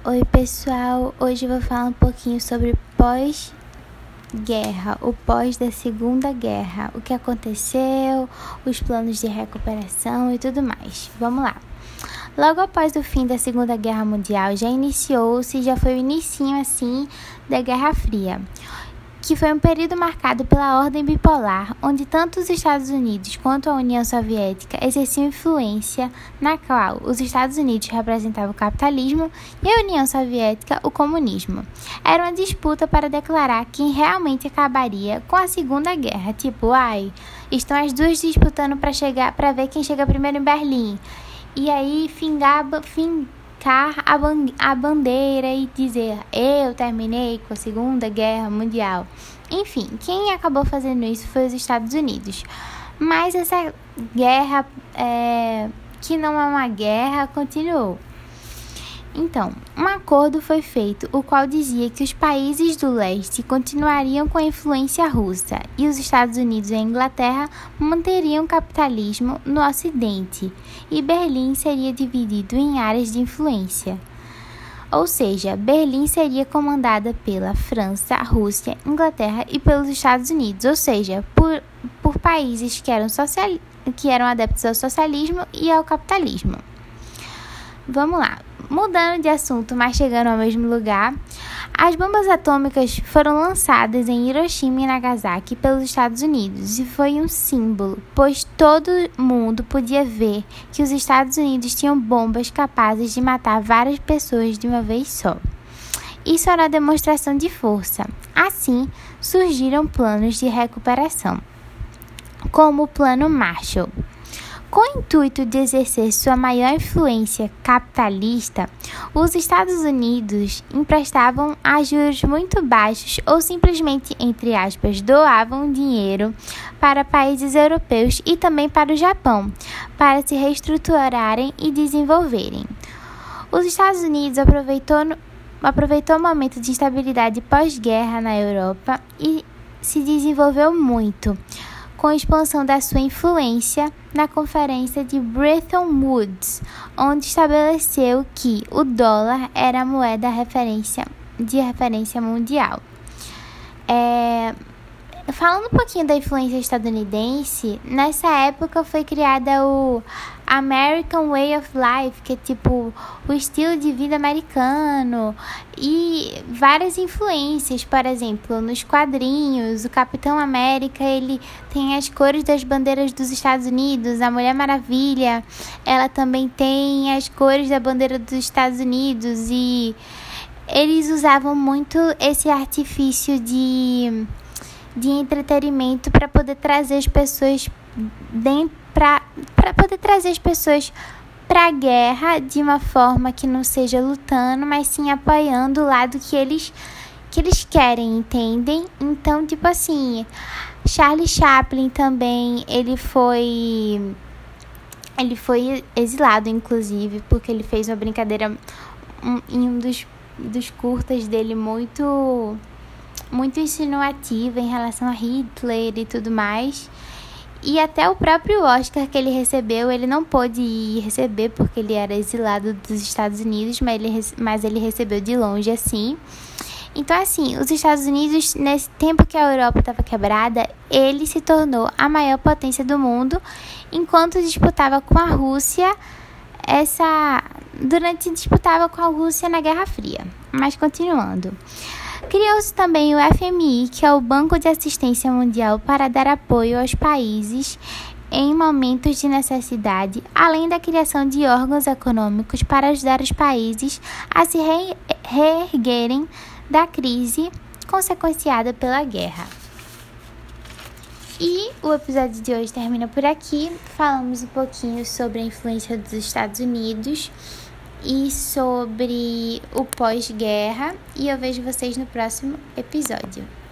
Oi pessoal, hoje eu vou falar um pouquinho sobre pós-guerra, o pós da Segunda Guerra, o que aconteceu, os planos de recuperação e tudo mais. Vamos lá. Logo após o fim da Segunda Guerra Mundial, já foi o inicinho assim da Guerra Fria, que foi um período marcado pela ordem bipolar, onde tanto os Estados Unidos quanto a União Soviética exerciam influência, na qual os Estados Unidos representavam o capitalismo e a União Soviética o comunismo. Era uma disputa para declarar quem realmente acabaria com a Segunda Guerra, estão as duas disputando para ver quem chega primeiro em Berlim. E aí fincar a bandeira e dizer: eu terminei com a Segunda Guerra Mundial. Enfim, quem acabou fazendo isso foi os Estados Unidos. Mas essa guerra, que não é uma guerra, continuou. Então, um acordo foi feito, o qual dizia que os países do leste continuariam com a influência russa e os Estados Unidos e a Inglaterra manteriam o capitalismo no ocidente, e Berlim seria dividido em áreas de influência. Ou seja, Berlim seria comandada pela França, Rússia, Inglaterra e pelos Estados Unidos, ou seja, por países que eram adeptos ao socialismo e ao capitalismo. Vamos lá. Mudando de assunto, mas chegando ao mesmo lugar, as bombas atômicas foram lançadas em Hiroshima e Nagasaki pelos Estados Unidos e foi um símbolo, pois todo mundo podia ver que os Estados Unidos tinham bombas capazes de matar várias pessoas de uma vez só. Isso era uma demonstração de força. Assim, surgiram planos de recuperação, como o Plano Marshall. Com o intuito de exercer sua maior influência capitalista, os Estados Unidos emprestavam a juros muito baixos ou simplesmente, entre aspas, doavam dinheiro para países europeus e também para o Japão, para se reestruturarem e desenvolverem. Os Estados Unidos aproveitou o momento de instabilidade pós-guerra na Europa e se desenvolveu muito, com a expansão da sua influência na Conferência de Bretton Woods, onde estabeleceu que o dólar era a moeda de referência mundial. Falando um pouquinho da influência estadunidense, nessa época foi criada o American Way of Life, que é o estilo de vida americano, e várias influências, por exemplo, nos quadrinhos, o Capitão América, ele tem as cores das bandeiras dos Estados Unidos, a Mulher Maravilha, ela também tem as cores da bandeira dos Estados Unidos, e eles usavam muito esse artifício de entretenimento para poder trazer as pessoas para a guerra de uma forma que não seja lutando, mas sim apoiando o lado que eles querem, entendem? Então, Charlie Chaplin também, ele foi exilado, inclusive, porque ele fez uma brincadeira em um dos curtas dele muito insinuativa em relação a Hitler e tudo mais. E até o próprio Oscar que ele recebeu, ele não pôde receber porque ele era exilado dos Estados Unidos, mas ele recebeu de longe, assim. Então, os Estados Unidos, nesse tempo que a Europa estava quebrada, ele se tornou a maior potência do mundo, enquanto disputava com a Rússia na Guerra Fria. Mas continuando. Criou-se também o FMI, que é o Banco de Assistência Mundial, para dar apoio aos países em momentos de necessidade, além da criação de órgãos econômicos para ajudar os países a se reerguerem da crise consequenciada pela guerra. E o episódio de hoje termina por aqui. Falamos um pouquinho sobre a influência dos Estados Unidos e sobre o pós-guerra, e eu vejo vocês no próximo episódio.